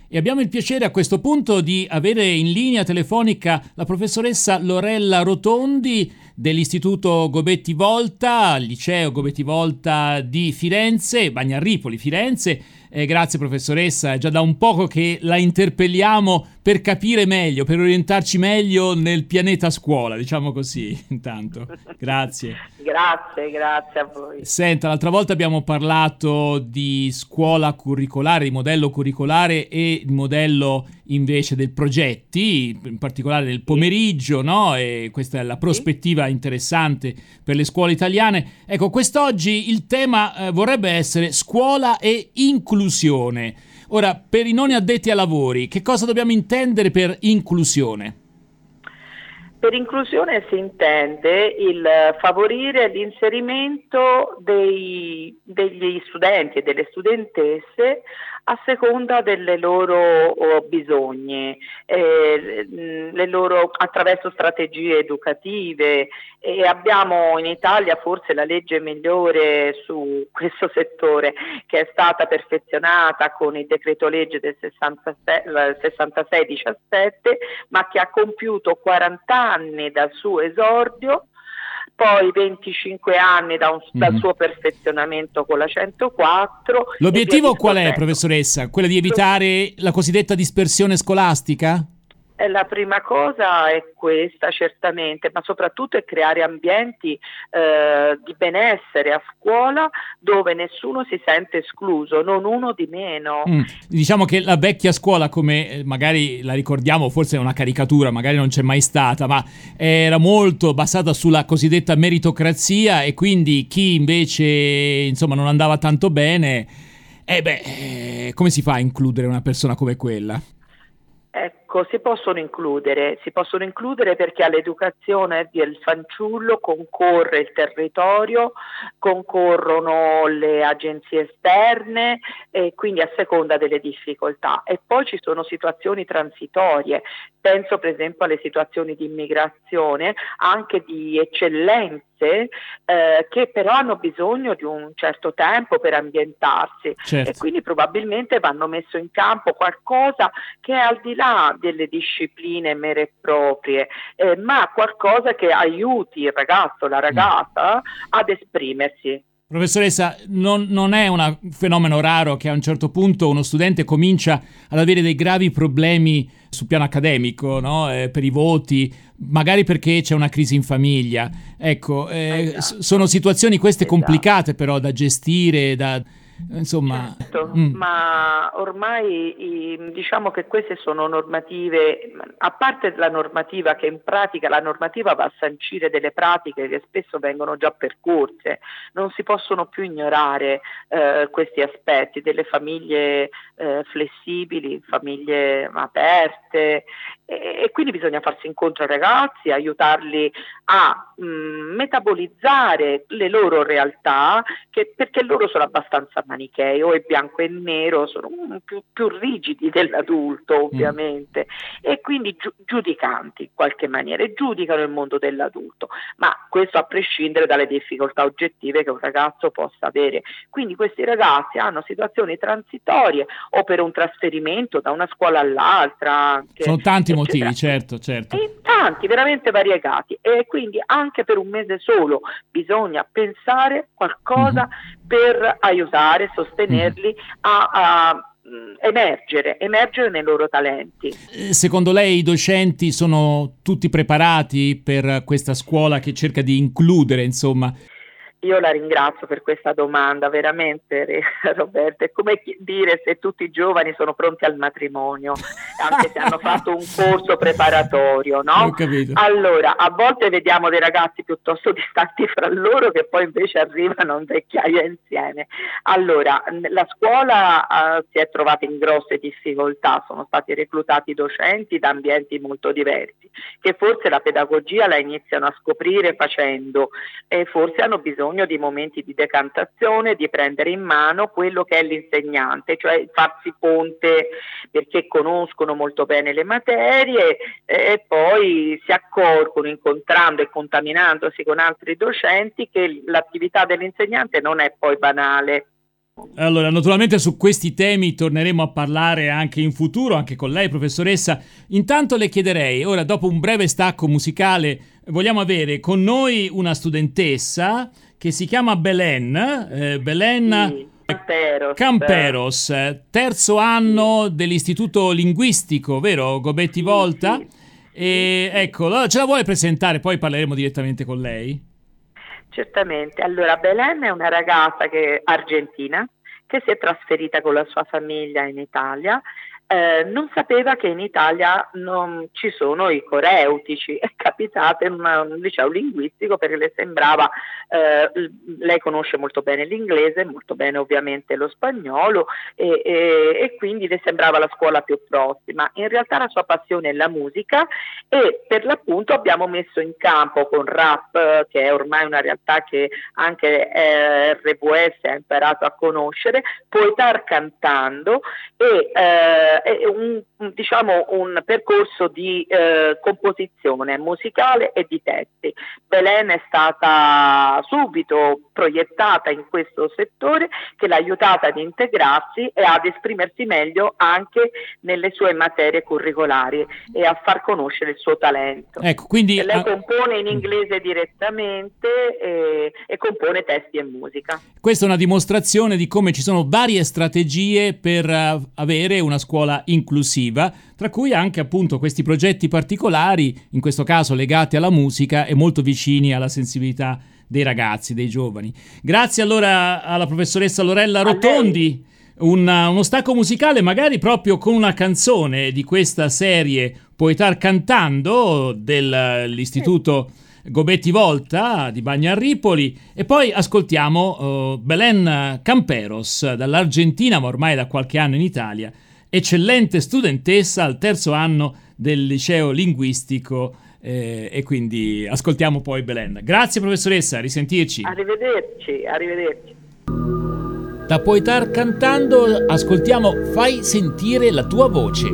E abbiamo il piacere a questo punto di avere in linea telefonica la professoressa Lorella Rotondi dell'Istituto Gobetti Volta, Liceo Gobetti Volta di Firenze, Bagnarripoli, Firenze. Grazie professoressa, è già da un poco che la interpelliamo per capire meglio, per orientarci meglio nel pianeta scuola, diciamo così, intanto. Grazie. Grazie a voi. Senta, l'altra volta abbiamo parlato di scuola curricolare, di modello curricolare e di modello invece del progetti, in particolare del pomeriggio, no? E questa è la prospettiva interessante per le scuole italiane. Ecco, quest'oggi il tema vorrebbe essere scuola e inclusione. Ora, per i non addetti ai lavori, che cosa dobbiamo intendere per inclusione? Per inclusione si intende il favorire l'inserimento degli studenti e delle studentesse a seconda delle loro bisogni, attraverso strategie educative, e abbiamo in Italia forse la legge migliore su questo settore, che è stata perfezionata con il decreto legge del 66-17, ma che ha compiuto 40 anni dal suo esordio, poi 25 anni dal suo perfezionamento con la 104. L'obiettivo qual è, professoressa? Quello di evitare la cosiddetta dispersione scolastica? La prima cosa è questa, certamente, ma soprattutto è creare ambienti di benessere a scuola dove nessuno si sente escluso, non uno di meno. Diciamo che la vecchia scuola, come magari la ricordiamo, forse è una caricatura, magari non c'è mai stata, ma era molto basata sulla cosiddetta meritocrazia, e quindi chi invece insomma non andava tanto bene, come si fa a includere una persona come quella? Ecco, si possono includere perché all'educazione del fanciullo concorre il territorio, concorrono le agenzie esterne, e quindi a seconda delle difficoltà. E poi ci sono situazioni transitorie, penso per esempio alle situazioni di immigrazione, anche di eccellenze, che però hanno bisogno di un certo tempo per ambientarsi, certo. E quindi probabilmente vanno messo in campo qualcosa che è al di là delle discipline vere e proprie, ma qualcosa che aiuti il ragazzo, la ragazza ad esprimersi. Professoressa, non è un fenomeno raro che a un certo punto uno studente comincia ad avere dei gravi problemi sul piano accademico, no? Per i voti, magari perché c'è una crisi in famiglia. Ecco, Esatto. sono situazioni queste Esatto. complicate però da gestire, insomma. Certo, ma ormai diciamo che queste sono normative, a parte la normativa, che in pratica la normativa va a sancire delle pratiche che spesso vengono già percorse, non si possono più ignorare questi aspetti delle famiglie flessibili, famiglie aperte, e quindi bisogna farsi incontro ai ragazzi, aiutarli a metabolizzare le loro realtà, perché loro sono abbastanza manichei, o è bianco e nero, sono più rigidi dell'adulto ovviamente, e quindi giudicanti in qualche maniera, e giudicano il mondo dell'adulto, ma questo a prescindere dalle difficoltà oggettive che un ragazzo possa avere. Quindi questi ragazzi hanno situazioni transitorie o per un trasferimento da una scuola all'altra anche, sono tanti eccetera. motivi, certo. E tanti, veramente variegati, e quindi anche per un mese solo bisogna pensare qualcosa per aiutare, sostenerli a emergere nei loro talenti. Secondo lei i docenti sono tutti preparati per questa scuola che cerca di includere, insomma? Io la ringrazio per questa domanda, veramente, Roberto. È come dire se tutti i giovani sono pronti al matrimonio, anche se hanno fatto un corso preparatorio, no? Ho capito. Allora, a volte vediamo dei ragazzi piuttosto distanti fra loro che poi invece arrivano in vecchiaia insieme. Allora, la scuola si è trovata in grosse difficoltà, sono stati reclutati docenti da ambienti molto diversi, che forse la pedagogia la iniziano a scoprire facendo, e forse hanno bisogno di momenti di decantazione, di prendere in mano quello che è l'insegnante, cioè farsi ponte, perché conoscono molto bene le materie, e poi si accorgono, incontrando e contaminandosi con altri docenti, che l'attività dell'insegnante non è poi banale. Allora, naturalmente su questi temi torneremo a parlare anche in futuro, anche con lei, professoressa. Intanto le chiederei, ora dopo un breve stacco musicale, vogliamo avere con noi una studentessa che si chiama Belen, Sì, Camperos, terzo anno dell'Istituto Linguistico, vero? Gobetti Volta? Sì. E ecco, ce la vuole presentare, poi parleremo direttamente con lei? Certamente. Allora, Belen è una ragazza argentina che si è trasferita con la sua famiglia in Italia. Non sapeva che in Italia non ci sono i coreutici. È capitata in un liceo linguistico perché le sembrava, lei conosce molto bene l'inglese, molto bene ovviamente lo spagnolo e quindi le sembrava la scuola più prossima. In realtà la sua passione è la musica e per l'appunto abbiamo messo in campo con Rap, che è ormai una realtà che anche RWS ha imparato a conoscere, Poetar Cantando e un percorso di composizione musicale e di testi. Belen è stata subito proiettata in questo settore che l'ha aiutata ad integrarsi e ad esprimersi meglio anche nelle sue materie curricolari e a far conoscere il suo talento. Ecco, quindi lei compone in inglese direttamente e compone testi e musica. Questa è una dimostrazione di come ci sono varie strategie per avere una scuola inclusiva, tra cui anche appunto questi progetti particolari, in questo caso legati alla musica e molto vicini alla sensibilità dei ragazzi, dei giovani. Grazie allora alla professoressa Lorella Rotondi. Uno stacco musicale magari proprio con una canzone di questa serie Poetar Cantando dell'Istituto Gobetti Volta di Bagnarripoli e poi ascoltiamo Belen Camperos dall'Argentina ma ormai da qualche anno in Italia, eccellente studentessa al terzo anno del liceo linguistico e quindi ascoltiamo poi Belen. Grazie professoressa, a risentirci. Arrivederci. Da Poetar Cantando ascoltiamo Fai sentire la tua voce.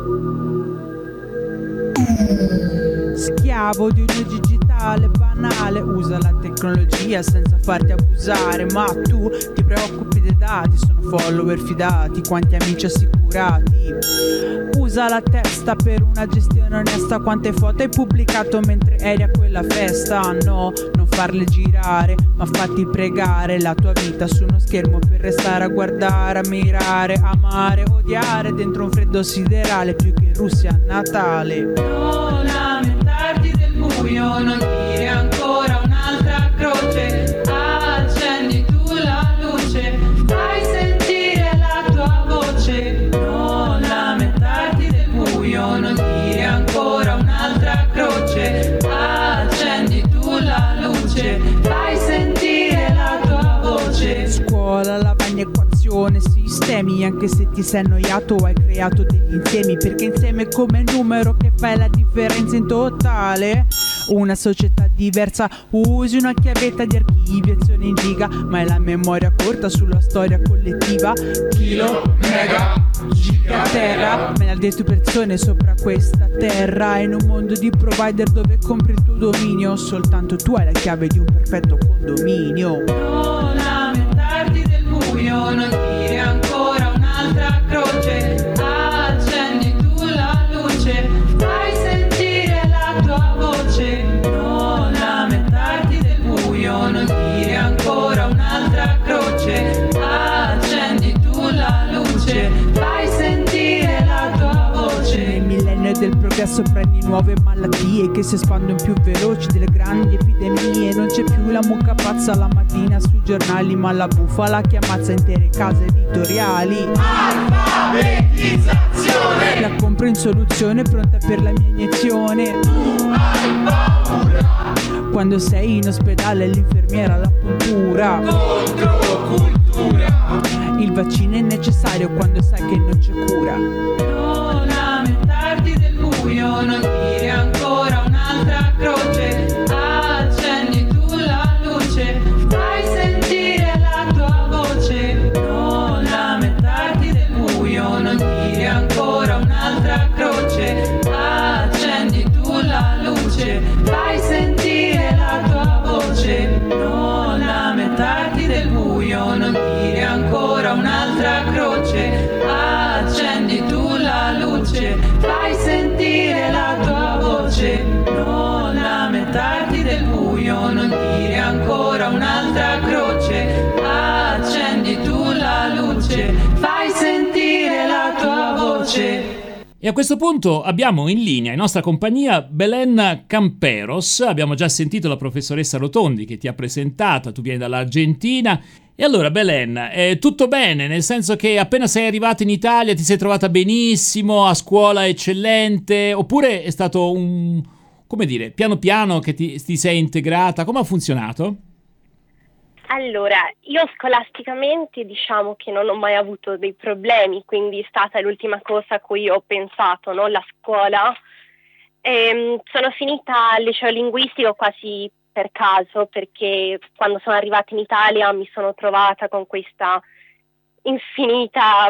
Schiavo di un digitale banale, usa la tecnologia senza farti abusare, ma tu ti preoccupi dei dati, sono follower fidati, quanti amici assicurati. Usa la testa per una gestione onesta, quante foto hai pubblicato mentre eri a quella festa. No, non farle girare, ma fatti pregare la tua vita su uno schermo per restare a guardare, a mirare, amare, odiare dentro un freddo siderale più che in Russia a Natale. Non lamentarti del buio, non dire ancora un'altra croce, accendi tu la luce, fai sentire la tua voce. Non lamentarti del buio, non dire ancora un'altra croce, accendi tu la luce, fai sentire la tua voce. Scuola, lavagna, equazione, sistemi, anche se ti sei annoiato hai creato degli insiemi, perché insieme è come numero che fai la differenza in totale. Una società diversa, usi una chiavetta di archiviazione in giga, ma è la memoria corta sulla storia collettiva. Chilo, mega, giga, terra, miliardi di persone sopra questa terra, in un mondo di provider dove compri il tuo dominio, soltanto tu hai la chiave di un perfetto condominio. Non lamentarti del buio, non dire ancora un'altra croce, accendi tu la luce, fai sentire la tua voce. Non lamentarti del buio, non dire ancora un'altra croce, accendi tu la luce, fai sentire la tua voce. Nel millennio del progresso prendi nuove malattie che si espandono più veloci delle grandi epidemie. Non c'è più la mucca pazza la mattina sui giornali, ma la bufala che ammazza intere case editoriali. Alfabetizzazione, la compro in soluzione pronta per la mia iniezione. Tu hai paura quando sei in ospedale, l'infermiera la puntura. Controcultura, il vaccino è necessario quando sai che non c'è cura. Non lamentarti del buio, non dire ancora un'altra croce, accendi tu la luce, fai sentire la tua voce. Non lamentarti del buio, non dire ancora un'altra croce, accendi tu la luce, fai sentire la tua voce. Non lamentarti del buio, non dire ancora E a questo punto abbiamo in linea, in nostra compagnia, Belen Camperos. Abbiamo già sentito la professoressa Rotondi che ti ha presentata, tu vieni dall'Argentina. E allora Belen, tutto bene, nel senso che appena sei arrivata in Italia ti sei trovata benissimo, a scuola eccellente, oppure è stato piano piano che ti sei integrata? Come ha funzionato? Allora, io scolasticamente diciamo che non ho mai avuto dei problemi, quindi è stata l'ultima cosa a cui ho pensato, no? La scuola. Sono finita al liceo linguistico quasi per caso, perché quando sono arrivata in Italia mi sono trovata con questa infinita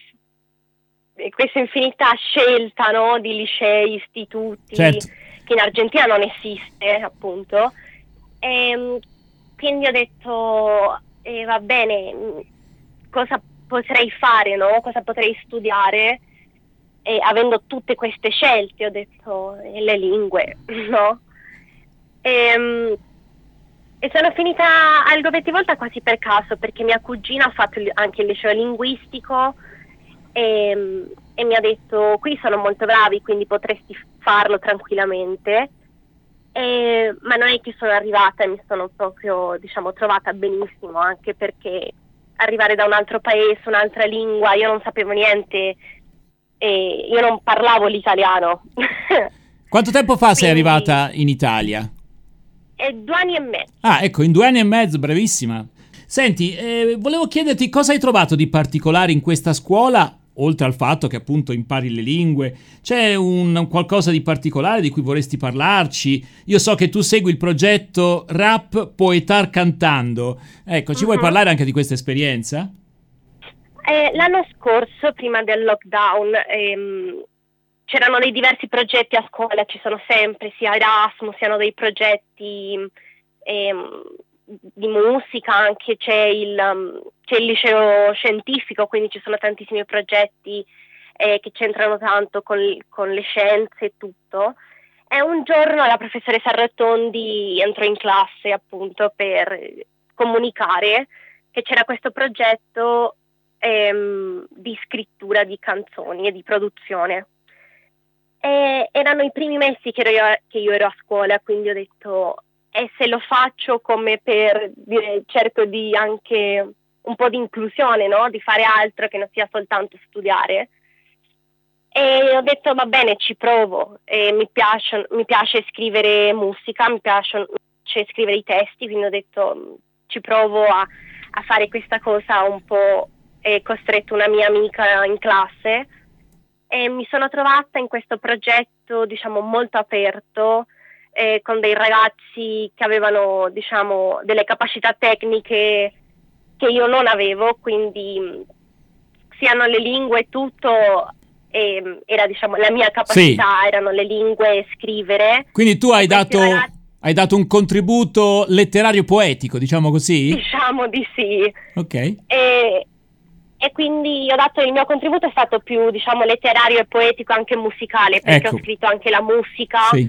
scelta, no? Di licei, istituti, certo, che in Argentina non esiste, appunto. Quindi ho detto, va bene, cosa potrei fare, no? Cosa potrei studiare? E avendo tutte queste scelte, ho detto, le lingue, no? E sono finita al Govetti Volta quasi per caso, perché mia cugina ha fatto anche il liceo linguistico e mi ha detto, qui sono molto bravi, quindi potresti farlo tranquillamente. Ma non è che sono arrivata e mi sono proprio, trovata benissimo, anche perché arrivare da un altro paese, un'altra lingua, io non sapevo niente e io non parlavo l'italiano. Quanto tempo fa sei arrivata in Italia? 2 anni e mezzo. Ah, ecco, in 2 anni e mezzo, bravissima. Senti, volevo chiederti cosa hai trovato di particolare in questa scuola, oltre al fatto che appunto impari le lingue. C'è un qualcosa di particolare di cui vorresti parlarci? Io so che tu segui il progetto Rap Poetar Cantando. Ecco, ci vuoi parlare anche di questa esperienza? L'anno scorso, prima del lockdown, c'erano dei diversi progetti a scuola, ci sono sempre, sia Erasmus, siano dei progetti di musica, anche c'è il liceo scientifico, quindi ci sono tantissimi progetti che c'entrano tanto con le scienze e tutto. E un giorno la professoressa Rotondi entrò in classe appunto per comunicare che c'era questo progetto di scrittura di canzoni e di produzione. E erano i primi mesi che io ero a scuola, quindi ho detto, e se lo faccio come per dire, cerco di anche un po' di inclusione, no? Di fare altro che non sia soltanto studiare. E ho detto, va bene, ci provo. E mi piace scrivere musica, mi piace scrivere i testi, quindi ho detto, ci provo a fare questa cosa un po'. E costretto una mia amica in classe e mi sono trovata in questo progetto, molto aperto, con dei ragazzi che avevano, delle capacità tecniche che io non avevo, quindi siano le lingue e tutto, era la mia capacità, sì. Erano le lingue e scrivere. Quindi tu hai dato un contributo letterario poetico, diciamo così? Diciamo di sì. Ok. E quindi ho dato il mio contributo, è stato più, letterario e poetico, anche musicale, perché ho scritto anche la musica. Sì.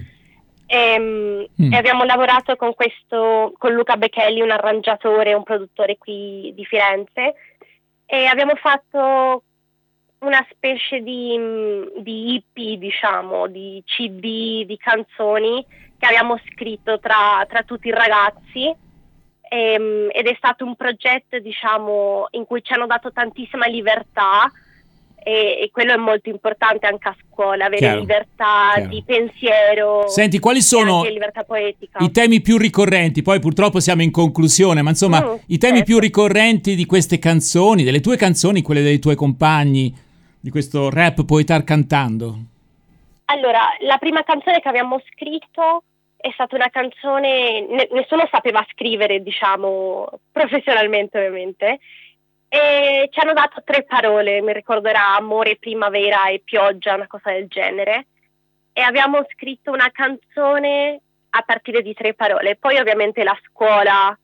E abbiamo lavorato con Luca Becchelli, un arrangiatore, un produttore qui di Firenze, e abbiamo fatto una specie di EP, di CD, di canzoni che abbiamo scritto tra tutti i ragazzi. Ed è stato un progetto in cui ci hanno dato tantissima libertà e quello è molto importante anche a scuola, avere libertà di pensiero. Senti, quali sono anche libertà poetica. I temi più ricorrenti? Poi purtroppo siamo in conclusione, ma insomma i temi più ricorrenti di queste canzoni, delle tue canzoni, quelle dei tuoi compagni, di questo Rap Poetar Cantando. Allora, la prima canzone che abbiamo scritto è stata una canzone, nessuno sapeva scrivere, professionalmente ovviamente, e ci hanno dato 3 parole, mi ricordo era amore, primavera e pioggia, una cosa del genere, e abbiamo scritto una canzone a partire di 3 parole. Poi ovviamente la scuola,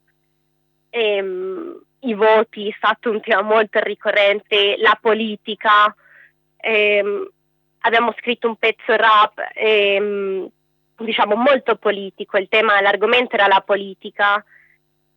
i voti, è stato un tema molto ricorrente, la politica, abbiamo scritto un pezzo rap, molto politico, l'argomento era la politica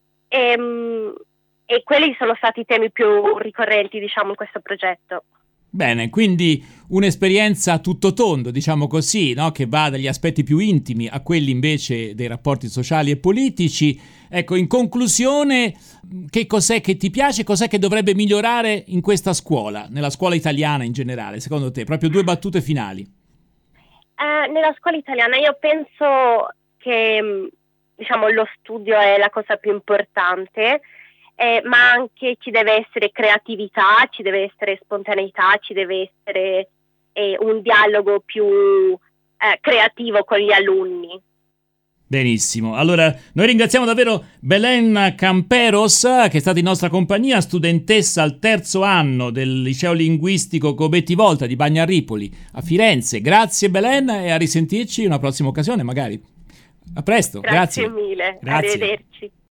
e quelli sono stati i temi più ricorrenti, in questo progetto. Bene, quindi un'esperienza a tutto tondo, diciamo così, no? Che va dagli aspetti più intimi a quelli invece dei rapporti sociali e politici. Ecco, in conclusione, che cos'è che ti piace, cos'è che dovrebbe migliorare in questa scuola, nella scuola italiana in generale, secondo te? Proprio 2 battute finali. Nella scuola italiana io penso che diciamo lo studio è la cosa più importante, ma anche ci deve essere creatività, ci deve essere spontaneità, ci deve essere un dialogo più creativo con gli alunni. Benissimo, allora noi ringraziamo davvero Belén Camperos, che è stata in nostra compagnia, studentessa al 3º anno del liceo linguistico Gobetti Volta di Bagnaripoli a Firenze. Grazie Belén e a risentirci in una prossima occasione magari. A presto, grazie. Grazie mille, Grazie. Arrivederci.